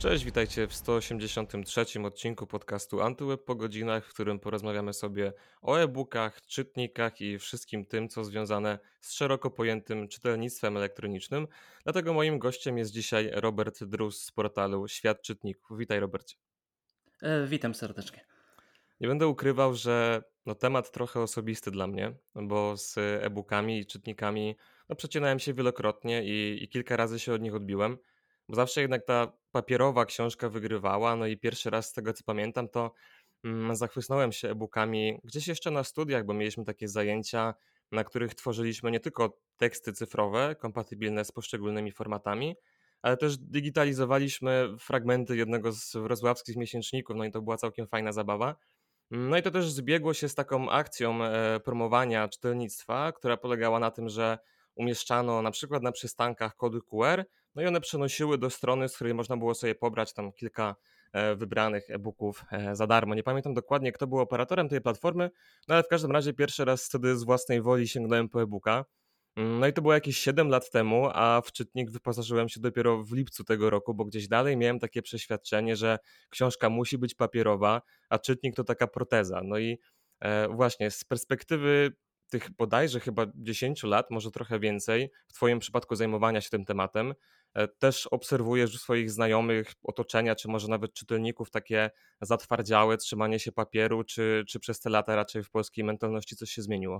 Cześć, witajcie w 183 odcinku podcastu Antyweb po godzinach, w którym porozmawiamy sobie o e-bookach, czytnikach i wszystkim tym, co związane z szeroko pojętym czytelnictwem elektronicznym. Dlatego moim gościem jest dzisiaj Robert Drus z portalu Świat Czytników. Witaj, Robercie. Witam serdecznie. Nie będę ukrywał, że temat trochę osobisty dla mnie, bo z e-bookami i czytnikami przecinałem się wielokrotnie i kilka razy się od nich odbiłem, bo zawsze jednak ta papierowa książka wygrywała. No i pierwszy raz z tego co pamiętam, to zachłysnąłem się e-bookami gdzieś jeszcze na studiach, bo mieliśmy takie zajęcia, na których tworzyliśmy nie tylko teksty cyfrowe, kompatybilne z poszczególnymi formatami, ale też digitalizowaliśmy fragmenty jednego z wrocławskich miesięczników, no i to była całkiem fajna zabawa. No i to też zbiegło się z taką akcją promowania czytelnictwa, która polegała na tym, że umieszczano na przykład na przystankach kody QR, no i one przenosiły do strony, z której można było sobie pobrać tam kilka wybranych e-booków za darmo. Nie pamiętam dokładnie, kto był operatorem tej platformy, no ale w każdym razie pierwszy raz wtedy z własnej woli sięgnąłem po e-booka. No i to było jakieś 7 lat temu, a w czytnik wyposażyłem się dopiero w lipcu tego roku, bo gdzieś dalej miałem takie przeświadczenie, że książka musi być papierowa, a czytnik to taka proteza. No i właśnie z perspektywy tych bodajże chyba 10 lat, może trochę więcej, w Twoim przypadku zajmowania się tym tematem, też obserwujesz u swoich znajomych, otoczenia, czy może nawet czytelników takie zatwardziałe trzymanie się papieru, czy przez te lata raczej w polskiej mentalności coś się zmieniło?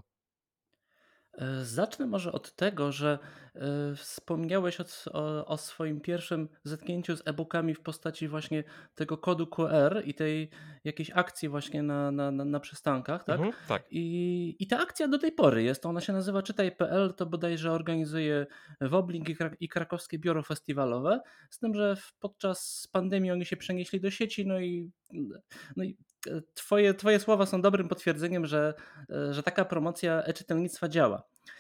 Zacznę może od tego, że wspomniałeś o swoim pierwszym zetknięciu z e-bookami w postaci właśnie tego kodu QR i tej jakiejś akcji właśnie na przystankach, tak? Mhm, tak. I ta akcja do tej pory jest, ona się nazywa Czytaj.pl, to bodajże organizuje Wobling i Krakowskie Biuro Festiwalowe, z tym, że podczas pandemii oni się przenieśli do sieci, no i twoje słowa są dobrym potwierdzeniem, że taka promocja e-czytelnictwa działa.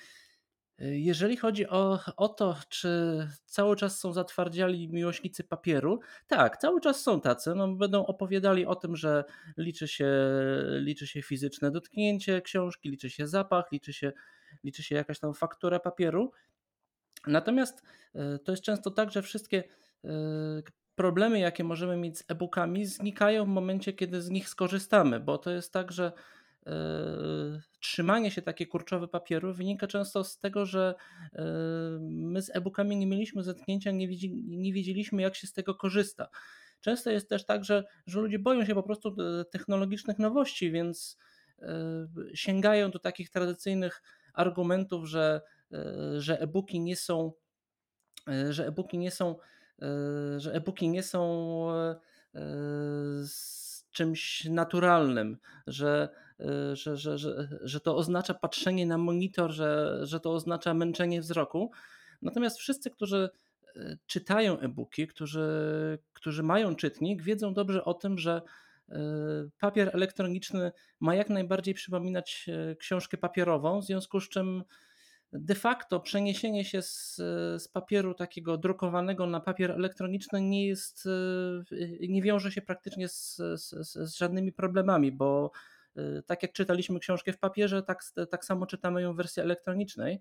Jeżeli chodzi o to, czy cały czas są zatwardziali miłośnicy papieru, tak, cały czas są tacy. No, będą opowiadali o tym, że liczy się fizyczne dotknięcie książki, liczy się zapach, liczy się jakaś tam faktura papieru. Natomiast to jest często tak, że wszystkie e, problemy, jakie możemy mieć z e-bookami, znikają w momencie, kiedy z nich skorzystamy, bo to jest tak, że trzymanie się takie kurczowe papieru wynika często z tego, że e, my z e-bookami nie mieliśmy zetknięcia, nie wiedzieliśmy, jak się z tego korzysta. Często jest też tak, że ludzie boją się po prostu technologicznych nowości, więc sięgają do takich tradycyjnych argumentów, że e-booki nie są, że e-booki nie są, że e-booki nie są z czymś naturalnym, że, że to oznacza patrzenie na monitor, że to oznacza męczenie wzroku. Natomiast wszyscy, którzy czytają e-booki, którzy mają czytnik, wiedzą dobrze o tym, że papier elektroniczny ma jak najbardziej przypominać książkę papierową, w związku z czym de facto przeniesienie się z papieru takiego drukowanego na papier elektroniczny nie wiąże się praktycznie z żadnymi problemami, bo tak jak czytaliśmy książkę w papierze, tak samo czytamy ją w wersji elektronicznej.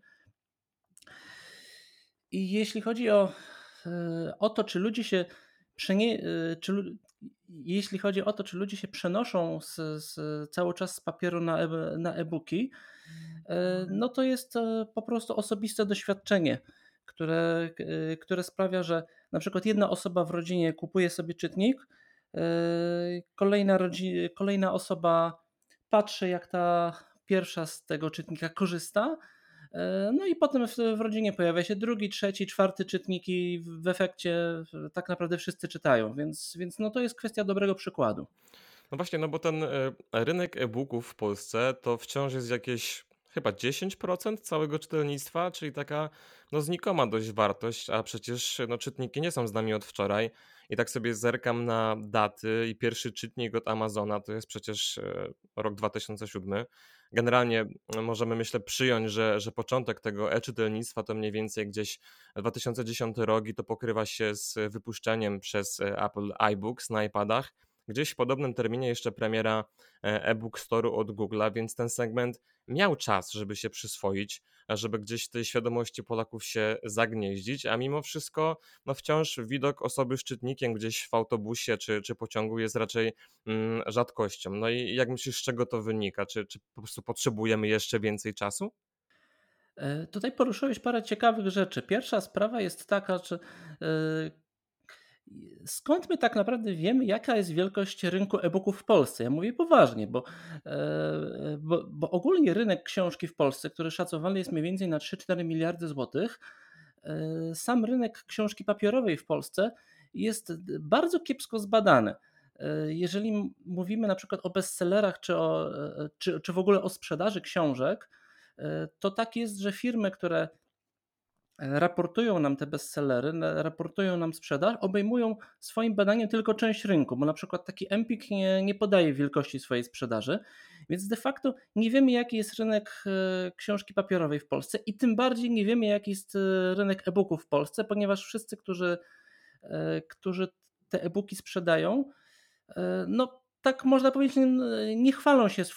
I jeśli chodzi o to, czy ludzie się przenie, jeśli chodzi o to, czy ludzie się przenoszą cały czas z papieru na e-booki, no to jest po prostu osobiste doświadczenie, które sprawia, że na przykład jedna osoba w rodzinie kupuje sobie czytnik, kolejna osoba patrzy, jak ta pierwsza z tego czytnika korzysta, no i potem w rodzinie pojawia się drugi, trzeci, czwarty czytnik i w efekcie tak naprawdę wszyscy czytają, więc no to jest kwestia dobrego przykładu. No właśnie, no bo ten rynek e-booków w Polsce to wciąż jest jakieś chyba 10% całego czytelnictwa, czyli taka znikoma dość wartość, a przecież czytniki nie są z nami od wczoraj. I tak sobie zerkam na daty i pierwszy czytnik od Amazona to jest przecież rok 2007. Generalnie możemy, myślę, przyjąć, że początek tego e-czytelnictwa to mniej więcej gdzieś 2010 rok i to pokrywa się z wypuszczeniem przez Apple iBooks na iPadach. gdzieś w podobnym terminie jeszcze premiera e-book store'u od Google'a, więc ten segment miał czas, żeby się przyswoić, a żeby gdzieś w tej świadomości Polaków się zagnieździć, a mimo wszystko no wciąż widok osoby z czytnikiem gdzieś w autobusie czy pociągu jest raczej rzadkością. No i jak myślisz, z czego to wynika? Czy po prostu potrzebujemy jeszcze więcej czasu? Tutaj poruszyłeś parę ciekawych rzeczy. Pierwsza sprawa jest taka, że skąd my tak naprawdę wiemy, jaka jest wielkość rynku e-booków w Polsce? Ja mówię poważnie, bo ogólnie rynek książki w Polsce, który szacowany jest mniej więcej na 3-4 miliardy złotych, sam rynek książki papierowej w Polsce jest bardzo kiepsko zbadany. Jeżeli mówimy na przykład o bestsellerach czy w ogóle o sprzedaży książek, to tak jest, że firmy, które raportują nam te bestsellery, raportują nam sprzedaż, obejmują swoim badaniem tylko część rynku, bo na przykład taki Empik nie podaje wielkości swojej sprzedaży, więc de facto nie wiemy, jaki jest rynek książki papierowej w Polsce i tym bardziej nie wiemy, jaki jest rynek e-booków w Polsce, ponieważ wszyscy, którzy te e-booki sprzedają, no tak można powiedzieć, nie chwalą się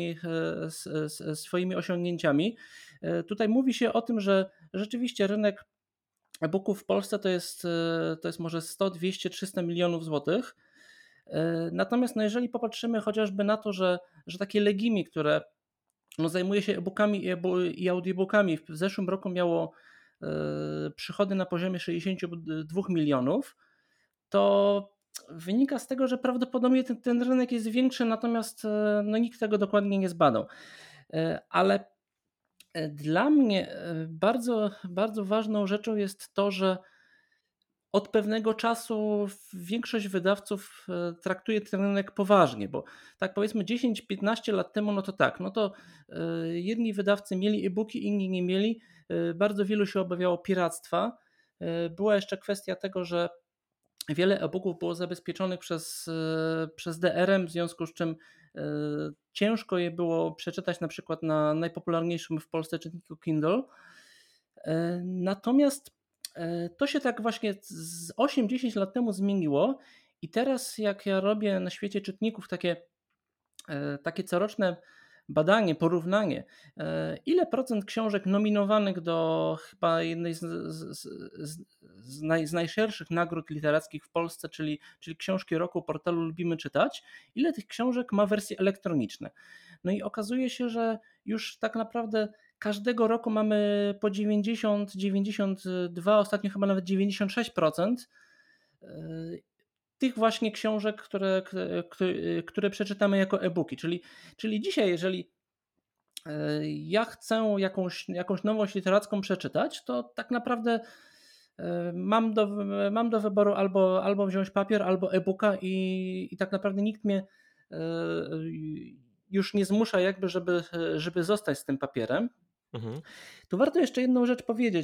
swoimi osiągnięciami. Tutaj mówi się o tym, że rzeczywiście rynek e-booków w Polsce to jest może 100, 200, 300 milionów złotych. Natomiast no jeżeli popatrzymy chociażby na to, że takie Legimi, które no zajmuje się e-bookami i audiobookami, w zeszłym roku miało przychody na poziomie 62 milionów, to wynika z tego, że prawdopodobnie ten rynek jest większy, natomiast no nikt tego dokładnie nie zbadał. Ale dla mnie bardzo, bardzo ważną rzeczą jest to, że od pewnego czasu większość wydawców traktuje ten rynek poważnie, bo tak powiedzmy 10-15 lat temu, no to tak, no to jedni wydawcy mieli e-booki, inni nie mieli. Bardzo wielu się obawiało piractwa. Była jeszcze kwestia tego, że wiele e-booków było zabezpieczonych przez DRM, w związku z czym ciężko je było przeczytać na przykład na najpopularniejszym w Polsce czytniku Kindle. Natomiast to się tak właśnie z 8-10 lat temu zmieniło i teraz jak ja robię na świecie czytników takie coroczne badanie, porównanie, ile procent książek nominowanych do chyba jednej z najszerszych nagród literackich w Polsce, czyli książki roku portalu Lubimy Czytać, ile tych książek ma wersje elektroniczne. No i okazuje się, że już tak naprawdę każdego roku mamy po 90, 92, ostatnio chyba nawet 96% tych właśnie książek, które przeczytamy jako e-booki. Czyli dzisiaj, jeżeli ja chcę jakąś nowość literacką przeczytać, to tak naprawdę mam do wyboru albo wziąć papier, albo e-booka i tak naprawdę nikt mnie e, już nie zmusza jakby, żeby zostać z tym papierem. Mhm. Tu warto jeszcze jedną rzecz powiedzieć,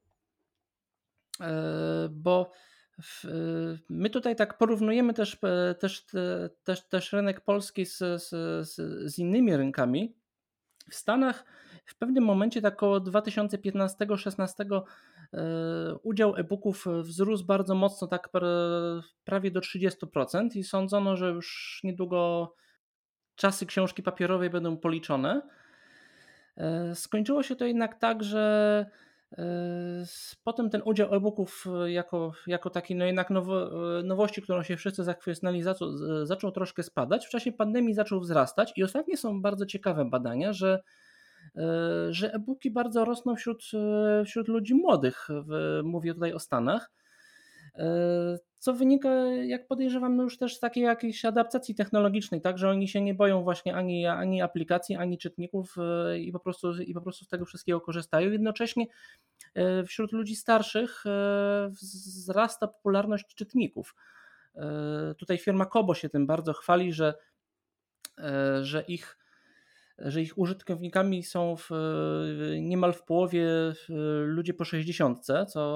bo my tutaj tak porównujemy też rynek polski z innymi rynkami. W Stanach w pewnym momencie, tak około 2015-16, udział e-booków wzrósł bardzo mocno, tak prawie do 30% i sądzono, że już niedługo czasy książki papierowej będą policzone. Skończyło się to jednak tak, że potem ten udział e-booków jako taki no jednak nowości, którą się wszyscy zachwycali, zaczął troszkę spadać. W czasie pandemii zaczął wzrastać i ostatnie są bardzo ciekawe badania, że e-booki bardzo rosną wśród ludzi młodych. Mówię tutaj o Stanach. Co wynika, jak podejrzewam, no już też z takiej jakiejś adaptacji technologicznej, tak, że oni się nie boją właśnie ani aplikacji, ani czytników i po prostu z tego wszystkiego korzystają. Jednocześnie wśród ludzi starszych wzrasta popularność czytników. Tutaj firma Kobo się tym bardzo chwali, że ich użytkownikami są niemal w połowie ludzie po 60,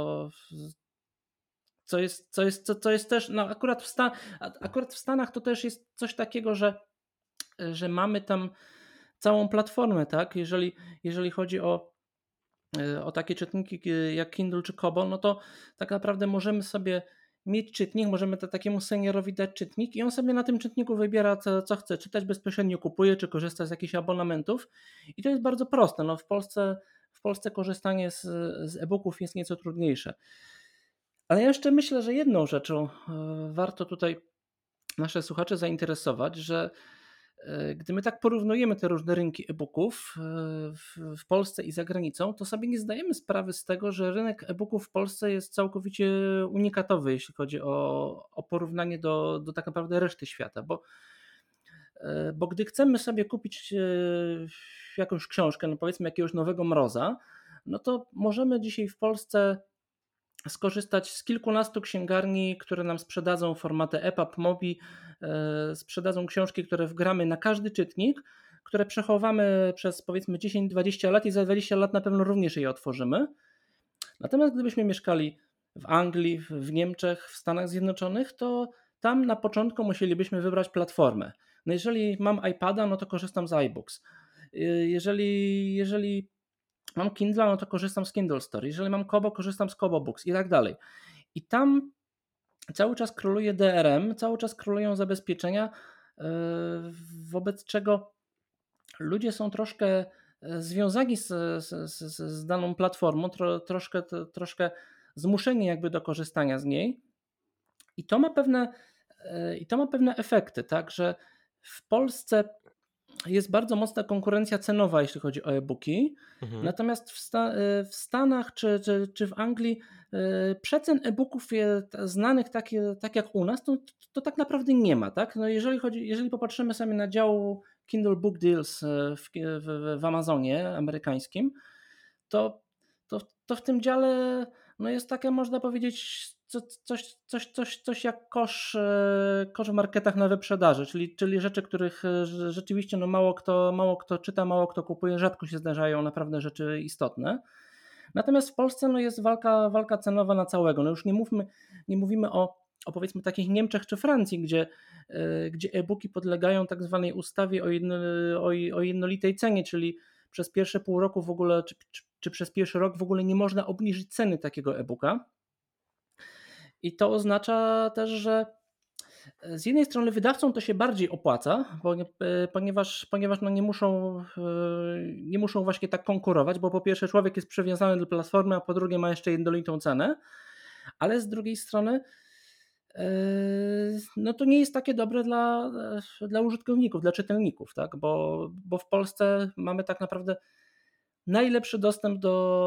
co jest też, no akurat w Stanach to też jest coś takiego, że mamy tam całą platformę, tak? Jeżeli chodzi o takie czytniki jak Kindle czy Kobo, no to tak naprawdę możemy sobie mieć czytnik, możemy takiemu seniorowi dać czytnik i on sobie na tym czytniku wybiera, co chce czytać, bezpośrednio kupuje, czy korzysta z jakichś abonamentów. I to jest bardzo proste. No w Polsce korzystanie z e-booków jest nieco trudniejsze. Ale ja jeszcze myślę, że jedną rzeczą warto tutaj nasze słuchacze zainteresować, że gdy my tak porównujemy te różne rynki e-booków w Polsce i za granicą, to sobie nie zdajemy sprawy z tego, że rynek e-booków w Polsce jest całkowicie unikatowy, jeśli chodzi o porównanie do tak naprawdę reszty świata, bo gdy chcemy sobie kupić jakąś książkę, no powiedzmy jakiegoś nowego Mroza, no to możemy dzisiaj w Polsce skorzystać z kilkunastu księgarni, które nam sprzedadzą formaty EPUB, MOBI, sprzedadzą książki, które wgramy na każdy czytnik, które przechowamy przez powiedzmy 10-20 lat i za 20 lat na pewno również je otworzymy. Natomiast gdybyśmy mieszkali w Anglii, w Niemczech, w Stanach Zjednoczonych, to tam na początku musielibyśmy wybrać platformę. No jeżeli mam iPada, no to korzystam z iBooks. Jeżeli mam Kindle, no to korzystam z Kindle Store. Jeżeli mam Kobo, korzystam z Kobo Books i tak dalej. I tam cały czas króluje DRM, cały czas królują zabezpieczenia, wobec czego ludzie są troszkę związani z daną platformą, troszkę zmuszeni jakby do korzystania z niej. I to ma pewne efekty, tak, że w Polsce jest bardzo mocna konkurencja cenowa, jeśli chodzi o e-booki. Mhm. Natomiast w Stanach czy w Anglii przecen e-booków znanych tak jak u nas, to tak naprawdę nie ma. Tak? No jeżeli popatrzymy sobie na dział Kindle Book Deals w Amazonie amerykańskim, to, to w tym dziale no jest takie, można powiedzieć, coś jak kosz w marketach na wyprzedaży, czyli rzeczy, których rzeczywiście no mało kto czyta, mało kto kupuje, rzadko się zdarzają naprawdę rzeczy istotne. Natomiast w Polsce no jest walka cenowa na całego. No już nie mówimy o powiedzmy takich Niemczech czy Francji, gdzie e-booki podlegają tak zwanej ustawie o jednolitej cenie, czyli przez pierwsze pół roku w ogóle, czy przez pierwszy rok w ogóle nie można obniżyć ceny takiego e-booka. I to oznacza też, że z jednej strony wydawcom to się bardziej opłaca, ponieważ no nie muszą właśnie tak konkurować, bo po pierwsze człowiek jest przywiązany do platformy, a po drugie ma jeszcze jednolitą cenę, ale z drugiej strony no to nie jest takie dobre dla użytkowników, dla czytelników, tak? Bo w Polsce mamy tak naprawdę najlepszy dostęp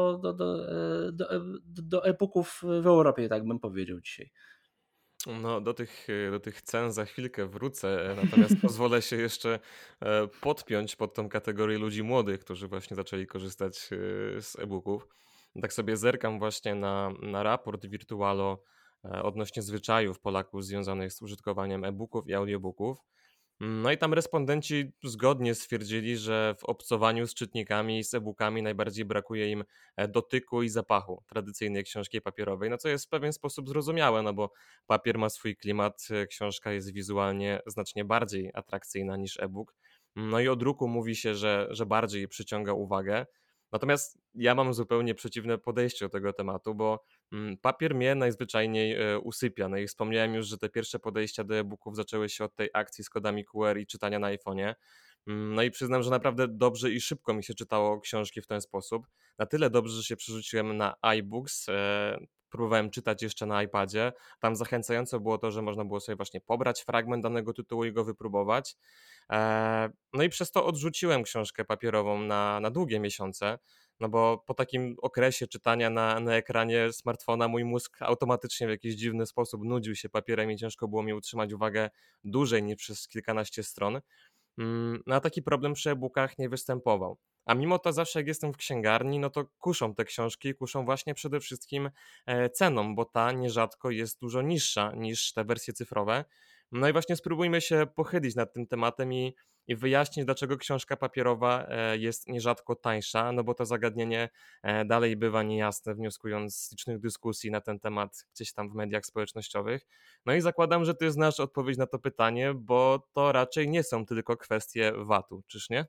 do e-booków w Europie, tak bym powiedział dzisiaj. No, do tych cen za chwilkę wrócę, natomiast pozwolę się jeszcze podpiąć pod tą kategorię ludzi młodych, którzy właśnie zaczęli korzystać z e-booków. Tak sobie zerkam właśnie na raport Virtualo odnośnie zwyczajów Polaków związanych z użytkowaniem e-booków i audiobooków. No i tam respondenci zgodnie stwierdzili, że w obcowaniu z czytnikami, z e-bookami najbardziej brakuje im dotyku i zapachu tradycyjnej książki papierowej, no co jest w pewien sposób zrozumiałe, no bo papier ma swój klimat, książka jest wizualnie znacznie bardziej atrakcyjna niż e-book. No i o druku mówi się, że bardziej przyciąga uwagę. Natomiast ja mam zupełnie przeciwne podejście do tego tematu, bo papier mnie najzwyczajniej usypia. No i wspomniałem już, że te pierwsze podejścia do e-booków zaczęły się od tej akcji z kodami QR i czytania na iPhone'ie. No i przyznam, że naprawdę dobrze i szybko mi się czytało książki w ten sposób. Na tyle dobrze, że się przerzuciłem na iBooks. Próbowałem czytać jeszcze na iPadzie. Tam zachęcające było to, że można było sobie właśnie pobrać fragment danego tytułu i go wypróbować. No i przez to odrzuciłem książkę papierową na długie miesiące. No bo po takim okresie czytania na ekranie smartfona mój mózg automatycznie w jakiś dziwny sposób nudził się papierem i ciężko było mi utrzymać uwagę dłużej niż przez kilkanaście stron. No a taki problem przy e-bookach nie występował. A mimo to zawsze jak jestem w księgarni, no to kuszą te książki, kuszą właśnie przede wszystkim ceną, bo ta nierzadko jest dużo niższa niż te wersje cyfrowe. No i właśnie spróbujmy się pochylić nad tym tematem i wyjaśnić, dlaczego książka papierowa jest nierzadko tańsza, no bo to zagadnienie dalej bywa niejasne, wnioskując z licznych dyskusji na ten temat gdzieś tam w mediach społecznościowych. No i zakładam, że ty znasz odpowiedź na to pytanie, bo to raczej nie są tylko kwestie VAT-u, czyż nie?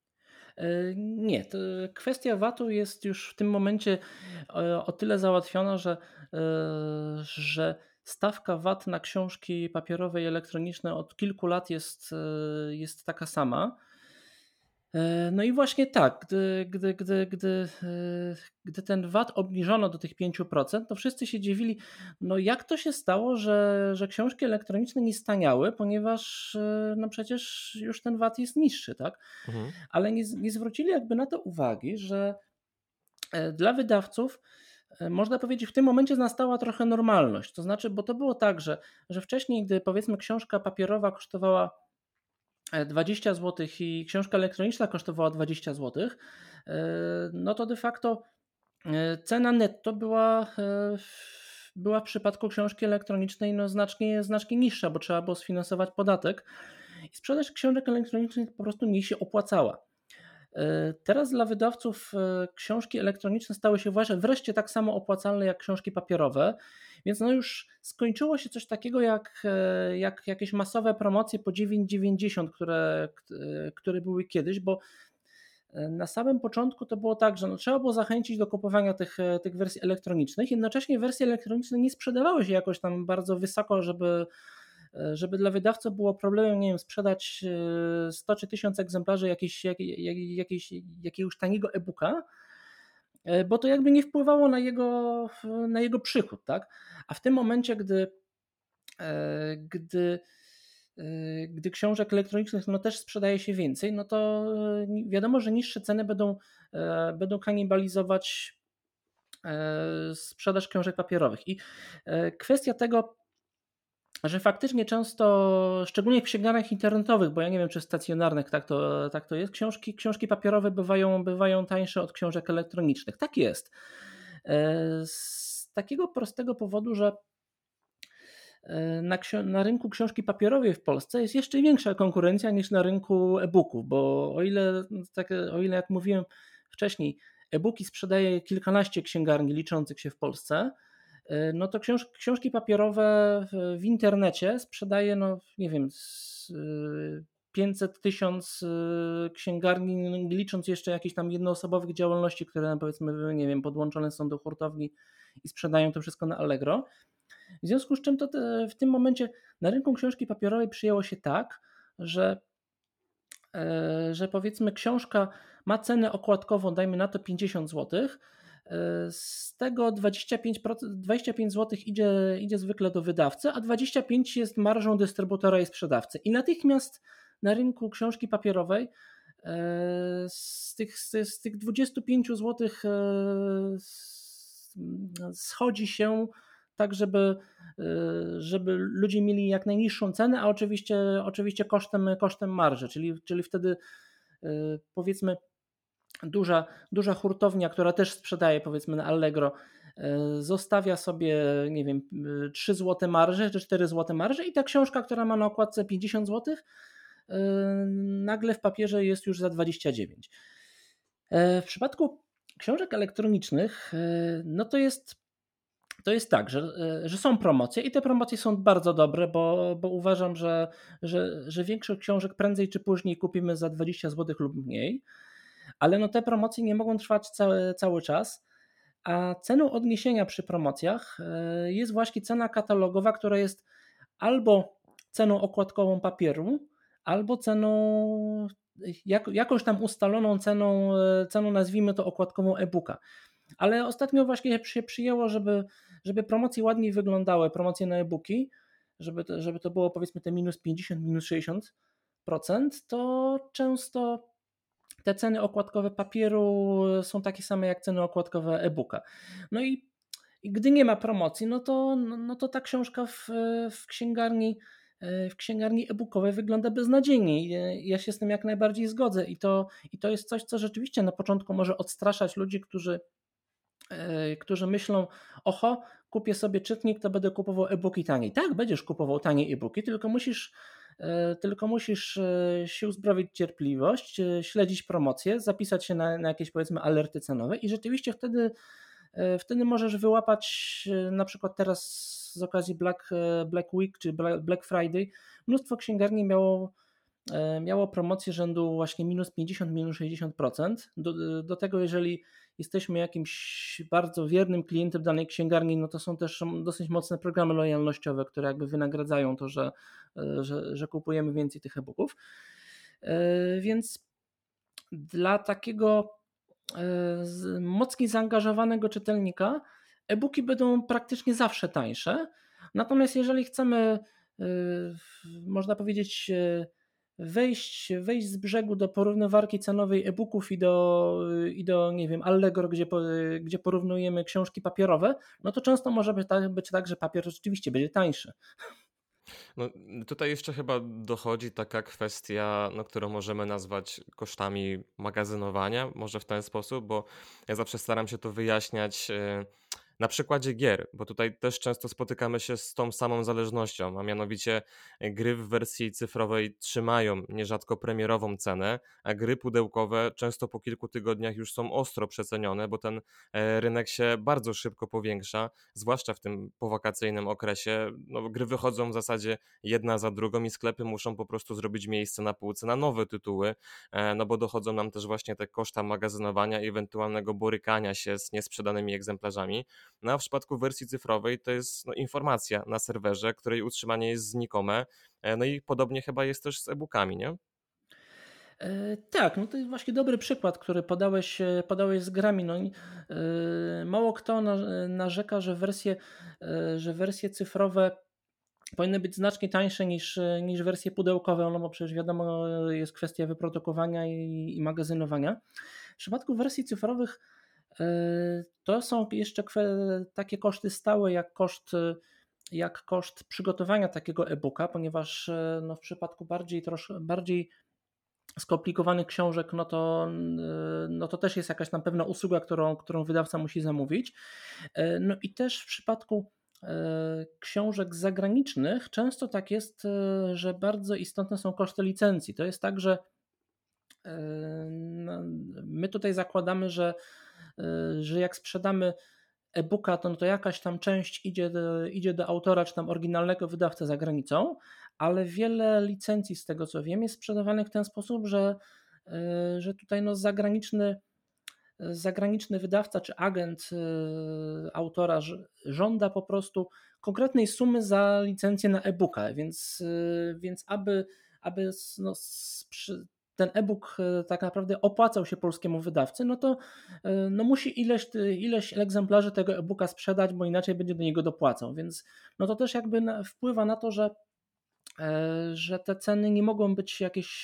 Nie, kwestia VAT-u jest już w tym momencie o tyle załatwiona, że stawka VAT na książki papierowe i elektroniczne od kilku lat jest taka sama. No i właśnie tak, gdy ten VAT obniżono do tych 5%, to wszyscy się dziwili, no jak to się stało, że książki elektroniczne nie staniały, ponieważ no przecież już ten VAT jest niższy, tak? Mhm. Ale nie zwrócili jakby na to uwagi, że dla wydawców można powiedzieć, w tym momencie nastała trochę normalność. To znaczy, bo to było tak, że wcześniej, gdy powiedzmy książka papierowa kosztowała 20 złotych i książka elektroniczna kosztowała 20 złotych, no to de facto cena netto była w przypadku książki elektronicznej no znacznie niższa, bo trzeba było sfinansować podatek i sprzedaż książek elektronicznych po prostu mniej się opłacała. Teraz dla wydawców książki elektroniczne stały się wreszcie tak samo opłacalne jak książki papierowe, więc no już skończyło się coś takiego jak jakieś masowe promocje po 9,90, które były kiedyś, bo na samym początku to było tak, że no trzeba było zachęcić do kupowania tych wersji elektronicznych. Jednocześnie wersje elektroniczne nie sprzedawały się jakoś tam bardzo wysoko, żeby dla wydawcy było problemem, nie wiem, sprzedać 100 czy 1000 egzemplarzy jakiegoś taniego e-booka, bo to jakby nie wpływało na jego przychód, tak? A w tym momencie, gdy gdy książek elektronicznych no też sprzedaje się więcej, no to wiadomo, że niższe ceny będą kanibalizować sprzedaż książek papierowych. I kwestia tego, że faktycznie często, szczególnie w księgarniach internetowych, bo ja nie wiem, czy stacjonarnych tak to jest, książki papierowe bywają tańsze od książek elektronicznych. Tak jest. Z takiego prostego powodu, że na rynku książki papierowej w Polsce jest jeszcze większa konkurencja niż na rynku e-booków, bo o ile jak mówiłem wcześniej, e-booki sprzedaje kilkanaście księgarni liczących się w Polsce, no to książki papierowe w internecie sprzedaje, no nie wiem, 500 1000 księgarni, no nie licząc jeszcze jakichś tam jednoosobowych działalności, które powiedzmy, nie wiem, podłączone są do hurtowni i sprzedają to wszystko na Allegro. W związku z czym w tym momencie na rynku książki papierowej przyjęło się tak, że powiedzmy książka ma cenę okładkową, dajmy na to 50 złotych, z tego 25 zł idzie zwykle do wydawcy, a 25 jest marżą dystrybutora i sprzedawcy. I natychmiast na rynku książki papierowej z tych 25 złotych schodzi się tak, żeby ludzie mieli jak najniższą cenę, a oczywiście kosztem marży, czyli wtedy powiedzmy duża hurtownia, która też sprzedaje powiedzmy na Allegro, zostawia sobie, nie wiem, 3 złote marży czy 4 złote marży i ta książka, która ma na okładce 50 złotych, nagle w papierze jest już za 29. W przypadku książek elektronicznych, no to jest tak, że są promocje i te promocje są bardzo dobre, bo uważam, że większość książek prędzej czy później kupimy za 20 złotych lub mniej, ale no te promocje nie mogą trwać cały czas, a ceną odniesienia przy promocjach jest właśnie cena katalogowa, która jest albo ceną okładkową papieru, albo jakąś tam ustaloną ceną nazwijmy to okładkową e-booka. Ale ostatnio właśnie się przyjęło, żeby promocje ładniej wyglądały, promocje na e-booki, żeby to było powiedzmy te minus 50, minus 60%, to często te ceny okładkowe papieru są takie same jak ceny okładkowe e-booka. No i gdy nie ma promocji, no to ta książka w księgarni e-bookowej wygląda beznadziejnie. Ja się z tym jak najbardziej zgodzę i to jest coś, co rzeczywiście na początku może odstraszać ludzi, którzy myślą, oho, kupię sobie czytnik, to będę kupował e-booki taniej. Tak, będziesz kupował taniej e-booki, tylko musisz się uzbroić w cierpliwość, śledzić promocje, zapisać się na jakieś powiedzmy alerty cenowe i rzeczywiście wtedy możesz wyłapać na przykład teraz z okazji Black Week czy Black Friday mnóstwo księgarni miało miało promocję rzędu właśnie minus 50, minus 60%. Do tego, jeżeli jesteśmy jakimś bardzo wiernym klientem danej księgarni, no to są też dosyć mocne programy lojalnościowe, które jakby wynagradzają to, że kupujemy więcej tych e-booków. Więc dla takiego mocniej zaangażowanego czytelnika e-booki będą praktycznie zawsze tańsze. Natomiast jeżeli chcemy, można powiedzieć, wejść z brzegu do porównywarki cenowej e-booków i do nie wiem, Allegro, gdzie porównujemy książki papierowe, no to często może być tak, że papier rzeczywiście będzie tańszy. No, tutaj jeszcze chyba dochodzi taka kwestia, no, którą możemy nazwać kosztami magazynowania, może w ten sposób, bo ja zawsze staram się to wyjaśniać na przykładzie gier, bo tutaj też często spotykamy się z tą samą zależnością, a mianowicie gry w wersji cyfrowej trzymają nierzadko premierową cenę, a gry pudełkowe często po kilku tygodniach już są ostro przecenione, bo ten rynek się bardzo szybko powiększa, zwłaszcza w tym powakacyjnym okresie. No, gry wychodzą w zasadzie jedna za drugą i sklepy muszą po prostu zrobić miejsce na półce na nowe tytuły, no bo dochodzą nam też właśnie te koszta magazynowania i ewentualnego borykania się z niesprzedanymi egzemplarzami. No a w przypadku wersji cyfrowej to jest no, informacja na serwerze, której utrzymanie jest znikome, no i podobnie chyba jest też z e-bookami, nie? Tak, no to jest właśnie dobry przykład, który podałeś z grami. No, mało kto narzeka, że wersje cyfrowe powinny być znacznie tańsze niż wersje pudełkowe, no bo przecież wiadomo, jest kwestia wyprodukowania i magazynowania. W przypadku wersji cyfrowych to są jeszcze takie koszty stałe, jak koszt przygotowania takiego e-booka, ponieważ no, w przypadku bardziej skomplikowanych książek, no to też jest jakaś tam pewna usługa, którą wydawca musi zamówić. No i też w przypadku książek zagranicznych często tak jest, że bardzo istotne są koszty licencji. To jest tak, że no, my tutaj zakładamy, że jak sprzedamy e-booka, to jakaś tam część idzie do autora czy tam oryginalnego wydawcy za granicą, ale wiele licencji, z tego co wiem, jest sprzedawanych w ten sposób, że tutaj no zagraniczny wydawca czy agent autora żąda po prostu konkretnej sumy za licencję na e-booka, więc aby ten e-book tak naprawdę opłacał się polskiemu wydawcy, no to no musi ileś egzemplarzy tego e-booka sprzedać, bo inaczej będzie do niego dopłacał, więc no to też jakby wpływa na to, że te ceny nie mogą być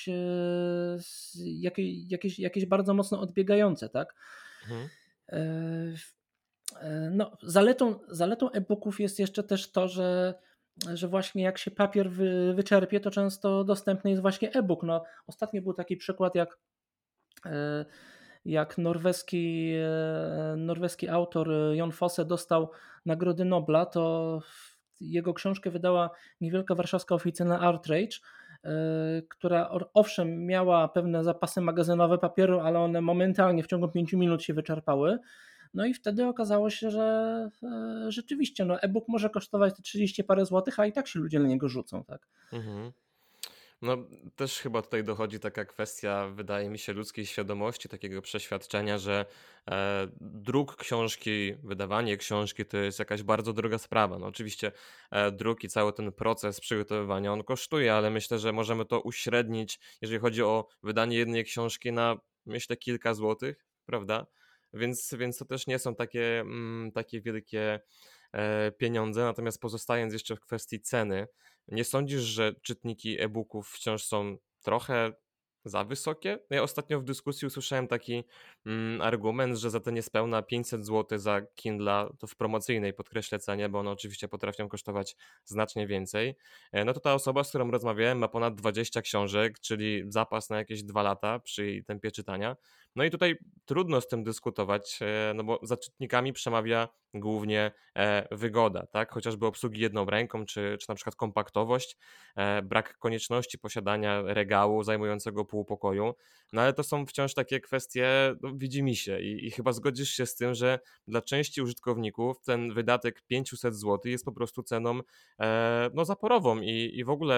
jakieś bardzo mocno odbiegające, tak? Mhm. E, No, zaletą e-booków jest jeszcze też to, że właśnie jak się papier wyczerpie, to często dostępny jest właśnie e-book. No, ostatnio był taki przykład, e, jak norweski autor Jon Fosse dostał Nagrody Nobla, to jego książkę wydała niewielka warszawska oficjalna ArtRage, która owszem miała pewne zapasy magazynowe papieru, ale one momentalnie w ciągu 5 minut się wyczerpały. No i wtedy okazało się, że rzeczywiście no e-book może kosztować te 30 parę złotych, a i tak się ludzie na niego rzucą, tak? Mhm. No, też chyba tutaj dochodzi taka kwestia, wydaje mi się, ludzkiej świadomości, takiego przeświadczenia, że druk książki, wydawanie książki to jest jakaś bardzo droga sprawa. No, oczywiście druk i cały ten proces przygotowywania on kosztuje, ale myślę, że możemy to uśrednić, jeżeli chodzi o wydanie jednej książki na, myślę, kilka złotych, prawda? Więc to też nie są takie wielkie pieniądze. Natomiast pozostając jeszcze w kwestii ceny, nie sądzisz, że czytniki e-booków wciąż są trochę za wysokie? No ja ostatnio w dyskusji usłyszałem taki argument, że za te niespełna 500 zł za Kindla, to w promocyjnej podkreślę cenie, bo one oczywiście potrafią kosztować znacznie więcej. No to ta osoba, z którą rozmawiałem, ma ponad 20 książek, czyli zapas na jakieś 2 lata przy jej tempie czytania. No i tutaj trudno z tym dyskutować, no bo za czytnikami przemawia głównie wygoda, tak? Chociażby obsługi jedną ręką, czy na przykład kompaktowość, brak konieczności posiadania regału zajmującego pół pokoju. No ale to są wciąż takie kwestie no, widzimisię i chyba zgodzisz się z tym, że dla części użytkowników ten wydatek 500 zł jest po prostu ceną no, zaporową i w ogóle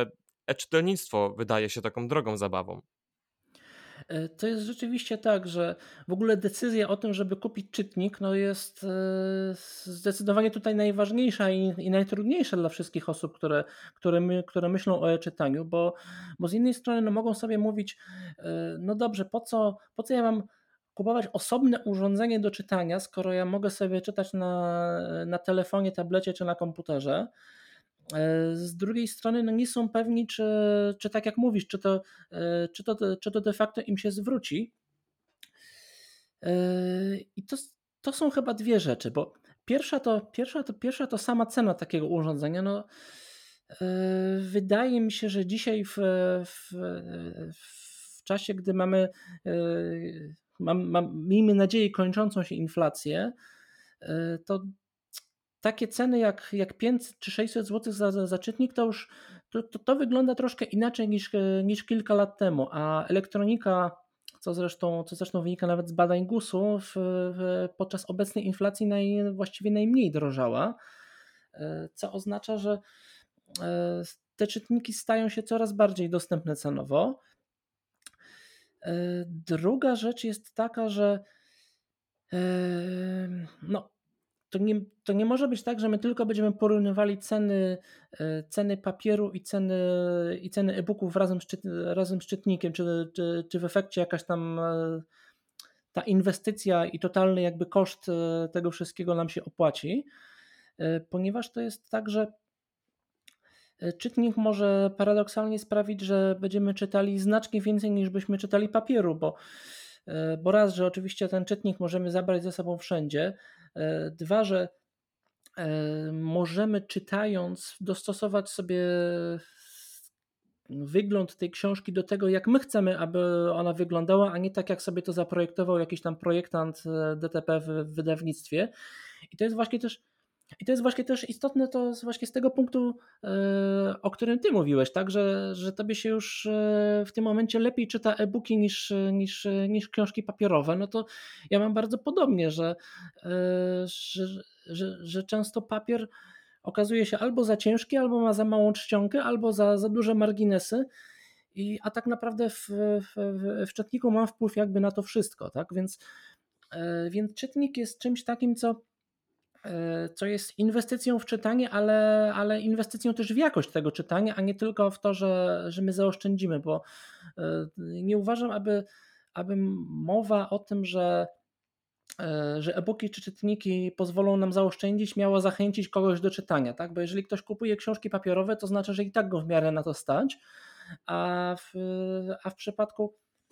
e-czytelnictwo wydaje się taką drogą zabawą. To jest rzeczywiście tak, że w ogóle decyzja o tym, żeby kupić czytnik, no jest zdecydowanie tutaj najważniejsza i najtrudniejsza dla wszystkich osób, które myślą o e-czytaniu, bo z jednej strony no mogą sobie mówić, no dobrze, po co ja mam kupować osobne urządzenie do czytania, skoro ja mogę sobie czytać na telefonie, tablecie czy na komputerze. Z drugiej strony no nie są pewni, czy tak jak mówisz, czy to de facto im się zwróci. I to są chyba dwie rzeczy, bo pierwsza to sama cena takiego urządzenia. No, wydaje mi się, że dzisiaj w w czasie, gdy mamy, miejmy nadzieję, kończącą się inflację, to takie ceny jak 500 czy 600 zł za czytnik to już to wygląda troszkę inaczej niż kilka lat temu, a elektronika, co zresztą wynika nawet z badań GUS-u, podczas obecnej inflacji właściwie najmniej drożała, co oznacza, że te czytniki stają się coraz bardziej dostępne cenowo. Druga rzecz jest taka, że no, to nie może być tak, że my tylko będziemy porównywali ceny papieru i ceny e-booków razem z czytnikiem, czy w efekcie jakaś tam ta inwestycja i totalny jakby koszt tego wszystkiego nam się opłaci, ponieważ to jest tak, że czytnik może paradoksalnie sprawić, że będziemy czytali znacznie więcej niż byśmy czytali papieru, bo raz, że oczywiście ten czytnik możemy zabrać ze sobą wszędzie, dwa, że możemy czytając dostosować sobie wygląd tej książki do tego, jak my chcemy, aby ona wyglądała, a nie tak, jak sobie to zaprojektował jakiś tam projektant DTP w wydawnictwie. I to jest właśnie też i to jest właśnie też istotne, to jest właśnie z tego punktu, o którym ty mówiłeś, tak, że tobie się już w tym momencie lepiej czyta e-booki niż książki papierowe. No to ja mam bardzo podobnie, e, że często papier okazuje się albo za ciężki, albo ma za małą czcionkę, albo za duże marginesy. A tak naprawdę w czytniku mam wpływ jakby na to wszystko, tak? Więc czytnik jest czymś takim, co jest inwestycją w czytanie, ale inwestycją też w jakość tego czytania, a nie tylko w to, że my zaoszczędzimy, bo nie uważam, aby mowa o tym, że e-booki czy czytniki pozwolą nam zaoszczędzić, miało zachęcić kogoś do czytania, tak? Bo jeżeli ktoś kupuje książki papierowe, to znaczy, że i tak go w miarę na to stać, a w, a w przypadku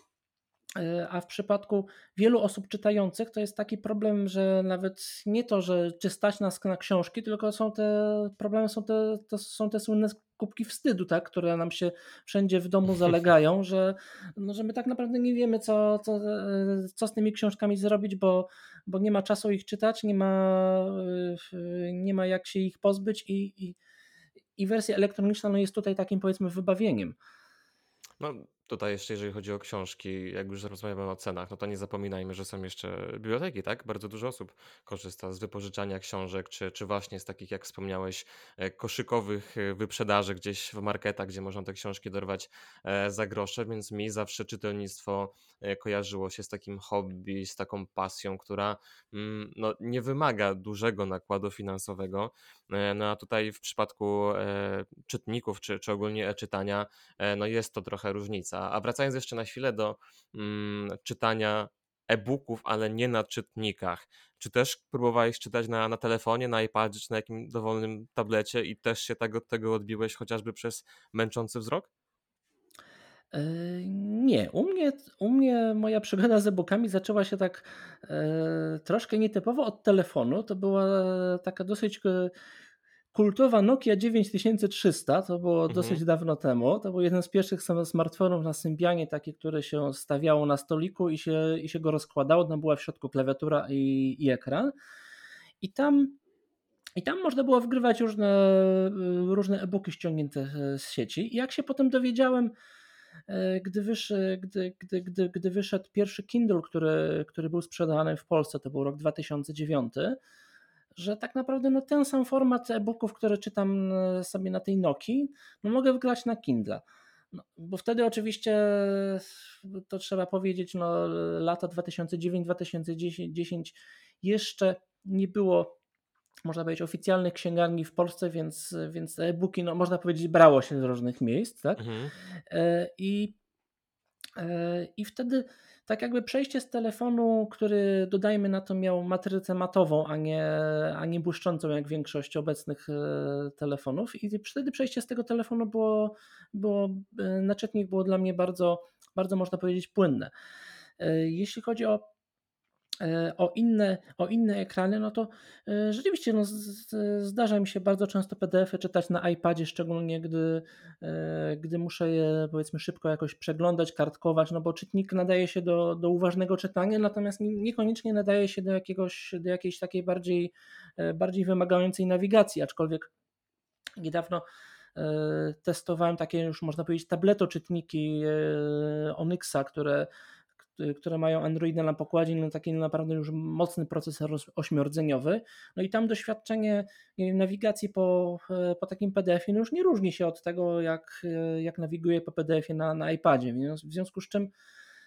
a w przypadku wielu osób czytających to jest taki problem, że nawet nie to, że czy stać nas na książki, tylko to są te słynne kubki wstydu, tak, które nam się wszędzie w domu zalegają, że my tak naprawdę nie wiemy, co z tymi książkami zrobić, bo nie ma czasu ich czytać, nie ma jak się ich pozbyć i wersja elektroniczna no jest tutaj takim powiedzmy wybawieniem. No, tutaj jeszcze jeżeli chodzi o książki, jak już rozmawiamy o cenach, no to nie zapominajmy, że są jeszcze biblioteki, tak? Bardzo dużo osób korzysta z wypożyczania książek, czy właśnie z takich, jak wspomniałeś, koszykowych wyprzedaży gdzieś w marketach, gdzie można te książki dorwać za grosze, więc mi zawsze czytelnictwo kojarzyło się z takim hobby, z taką pasją, która no, nie wymaga dużego nakładu finansowego. No a tutaj w przypadku czytników, czy ogólnie e-czytania, no jest to trochę różnica. A wracając jeszcze na chwilę do czytania e-booków, ale nie na czytnikach. Czy też próbowałeś czytać na telefonie, na iPadzie, czy na jakim dowolnym tablecie i też się tak od tego odbiłeś chociażby przez męczący wzrok? Nie, u mnie moja przygoda z e-bookami zaczęła się tak troszkę nietypowo od telefonu. To była taka dosyć kultowa Nokia 9300, to było Mhm. dosyć dawno temu. To był jeden z pierwszych smartfonów na Symbianie, taki, który się stawiało na stoliku i się go rozkładało. Tam była w środku klawiatura i ekran. I tam, I tam można było wgrywać różne e-booki ściągnięte z sieci. I jak się potem dowiedziałem, gdy wyszedł pierwszy Kindle, który był sprzedawany w Polsce, to był rok 2009, że tak naprawdę no, ten sam format e-booków, który czytam sobie na tej Nokii, no, mogę wgrać na Kindle. No, bo wtedy oczywiście to trzeba powiedzieć, no, lata 2009-2010 jeszcze nie było, można powiedzieć, oficjalnych księgarni w Polsce, więc e-booki, no, można powiedzieć, brało się z różnych miejsc, tak? Mhm. E, I i wtedy tak jakby przejście z telefonu, który dodajmy na to miał matrycę matową, a nie błyszczącą jak większość obecnych telefonów. I wtedy przejście z tego telefonu na czytnik było dla mnie bardzo, bardzo można powiedzieć płynne. Jeśli chodzi o inne ekrany, no to rzeczywiście no, zdarza mi się bardzo często PDF-y czytać na iPadzie, szczególnie gdy muszę je powiedzmy szybko jakoś przeglądać, kartkować, no bo czytnik nadaje się do uważnego czytania, natomiast niekoniecznie nadaje się do jakiejś takiej bardziej wymagającej nawigacji, aczkolwiek niedawno testowałem takie już można powiedzieć tabletoczytniki Onyxa, które mają Androida na pokładzie, no taki naprawdę już mocny procesor ośmiordzeniowy. No i tam doświadczenie nie wiem, nawigacji po takim PDF-ie no już nie różni się od tego, jak nawiguję po PDF-ie na iPadzie. W związku z czym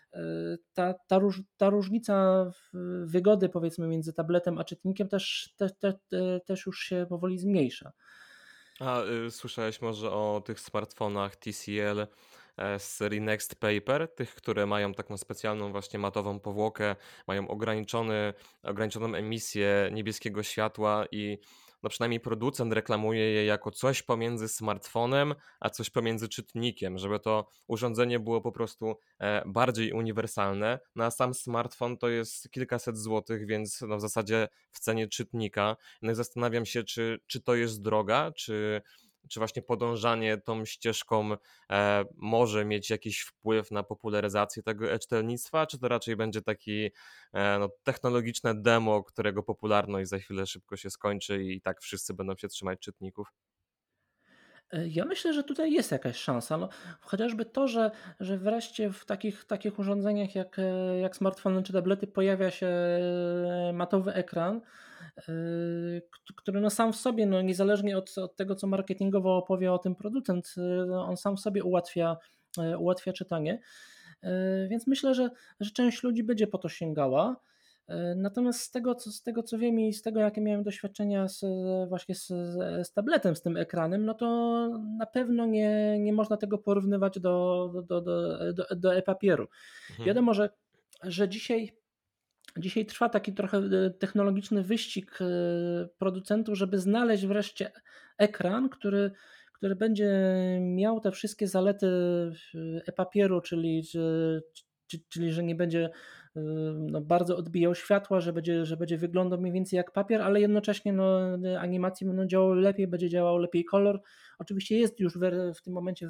ta różnica wygody powiedzmy między tabletem a czytnikiem też już się powoli zmniejsza. A słyszałeś może o tych smartfonach TCL z serii Next Paper, tych, które mają taką specjalną właśnie matową powłokę, mają ograniczoną emisję niebieskiego światła i no przynajmniej producent reklamuje je jako coś pomiędzy smartfonem, a coś pomiędzy czytnikiem, żeby to urządzenie było po prostu bardziej uniwersalne. No a sam smartfon to jest kilkaset złotych, więc no w zasadzie w cenie czytnika. No i zastanawiam się, czy to jest droga, czy właśnie podążanie tą ścieżką może mieć jakiś wpływ na popularyzację tego e-czytelnictwa, czy to raczej będzie taki no, technologiczne demo, którego popularność za chwilę szybko się skończy i tak wszyscy będą się trzymać czytników? Ja myślę, że tutaj jest jakaś szansa. No, chociażby to, że wreszcie w takich urządzeniach jak smartfony czy tablety pojawia się matowy ekran, który no sam w sobie, no niezależnie od tego, co marketingowo opowie o tym producent, no on sam w sobie ułatwia czytanie. Więc myślę, że część ludzi będzie po to sięgała. Natomiast z tego co wiem i z tego jakie miałem doświadczenia właśnie z tabletem, z tym ekranem, no to na pewno nie można tego porównywać do e-papieru. Mhm. Wiadomo, że dzisiaj trwa taki trochę technologiczny wyścig producentów, żeby znaleźć wreszcie ekran, który będzie miał te wszystkie zalety e-papieru, czyli że nie będzie no, bardzo odbijał światła, że będzie wyglądał mniej więcej jak papier, ale jednocześnie no, animacje będą działały lepiej, będzie działał lepiej kolor. Oczywiście jest już w tym momencie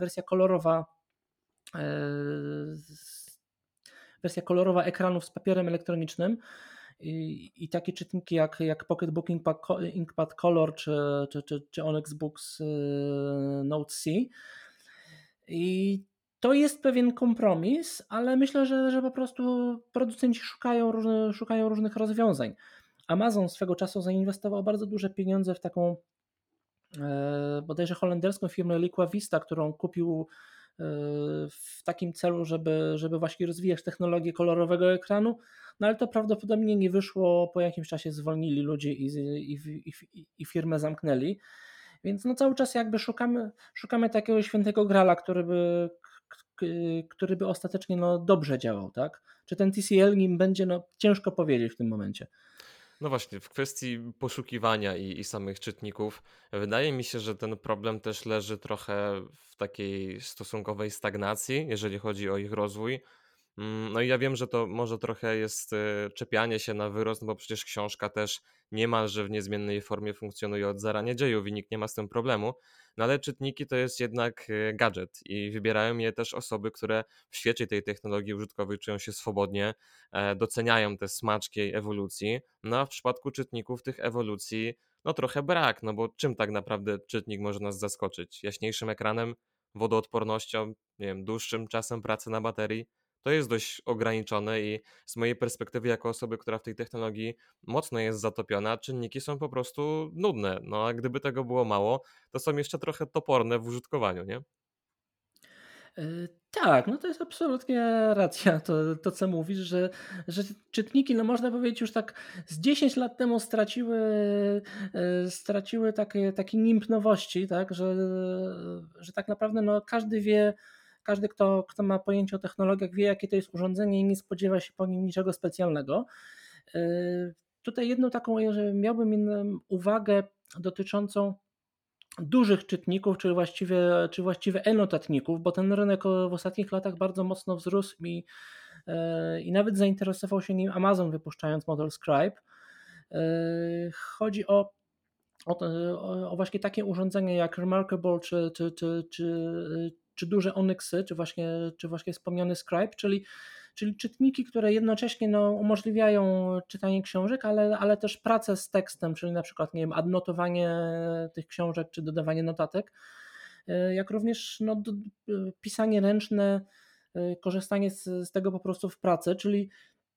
e, wersja kolorowa ekranów z papierem elektronicznym i takie czytniki jak Pocketbook Inkpad Color czy Onyx Books Note C. I to jest pewien kompromis, ale myślę, że po prostu producenci szukają różnych rozwiązań. Amazon swego czasu zainwestował bardzo duże pieniądze w taką bodajże holenderską firmę Liqua Vista, którą kupił w takim celu, żeby właśnie rozwijać technologię kolorowego ekranu, no ale to prawdopodobnie nie wyszło, po jakimś czasie zwolnili ludzi i firmę zamknęli, więc no cały czas jakby szukamy takiego świętego grala, który by ostatecznie no dobrze działał, tak? Czy ten TCL nim będzie, no ciężko powiedzieć w tym momencie. No właśnie, w kwestii poszukiwania i samych czytników, wydaje mi się, że ten problem też leży trochę w takiej stosunkowej stagnacji, jeżeli chodzi o ich rozwój. No i ja wiem, że to może trochę jest czepianie się na wyrost, no bo przecież książka też niemalże w niezmiennej formie funkcjonuje od zarania dziejów i nikt nie ma z tym problemu. No ale czytniki to jest jednak gadżet i wybierają je też osoby, które w świecie tej technologii użytkowej czują się swobodnie, doceniają te smaczki jej ewolucji. No a w przypadku czytników tych ewolucji no trochę brak, no bo czym tak naprawdę czytnik może nas zaskoczyć? Jaśniejszym ekranem, wodoodpornością, nie wiem, dłuższym czasem pracy na baterii? to jest dość ograniczone i z mojej perspektywy jako osoby, która w tej technologii mocno jest zatopiona, czynniki są po prostu nudne. No a gdyby tego było mało, to są jeszcze trochę toporne w użytkowaniu, nie? Tak, no to jest absolutnie racja to co mówisz, że czytniki, no można powiedzieć już tak z 10 lat temu straciły taki nimb nowości, tak, że tak naprawdę no każdy wie, każdy kto ma pojęcie o technologiach wie jakie to jest urządzenie i nie spodziewa się po nim niczego specjalnego. Tutaj jedną taką, że miałbym inną uwagę dotyczącą dużych czytników, czy właściwie e-notatników, bo ten rynek w ostatnich latach bardzo mocno wzrósł i nawet zainteresował się nim Amazon, wypuszczając model Scribe. Chodzi o właśnie takie urządzenia jak Remarkable czy duże Onyxy, czy właśnie wspomniany Scribe, czyli czytniki, które jednocześnie no, umożliwiają czytanie książek, ale też pracę z tekstem, czyli na przykład nie wiem, adnotowanie tych książek czy dodawanie notatek, jak również no, pisanie ręczne, korzystanie z tego po prostu w pracy, czyli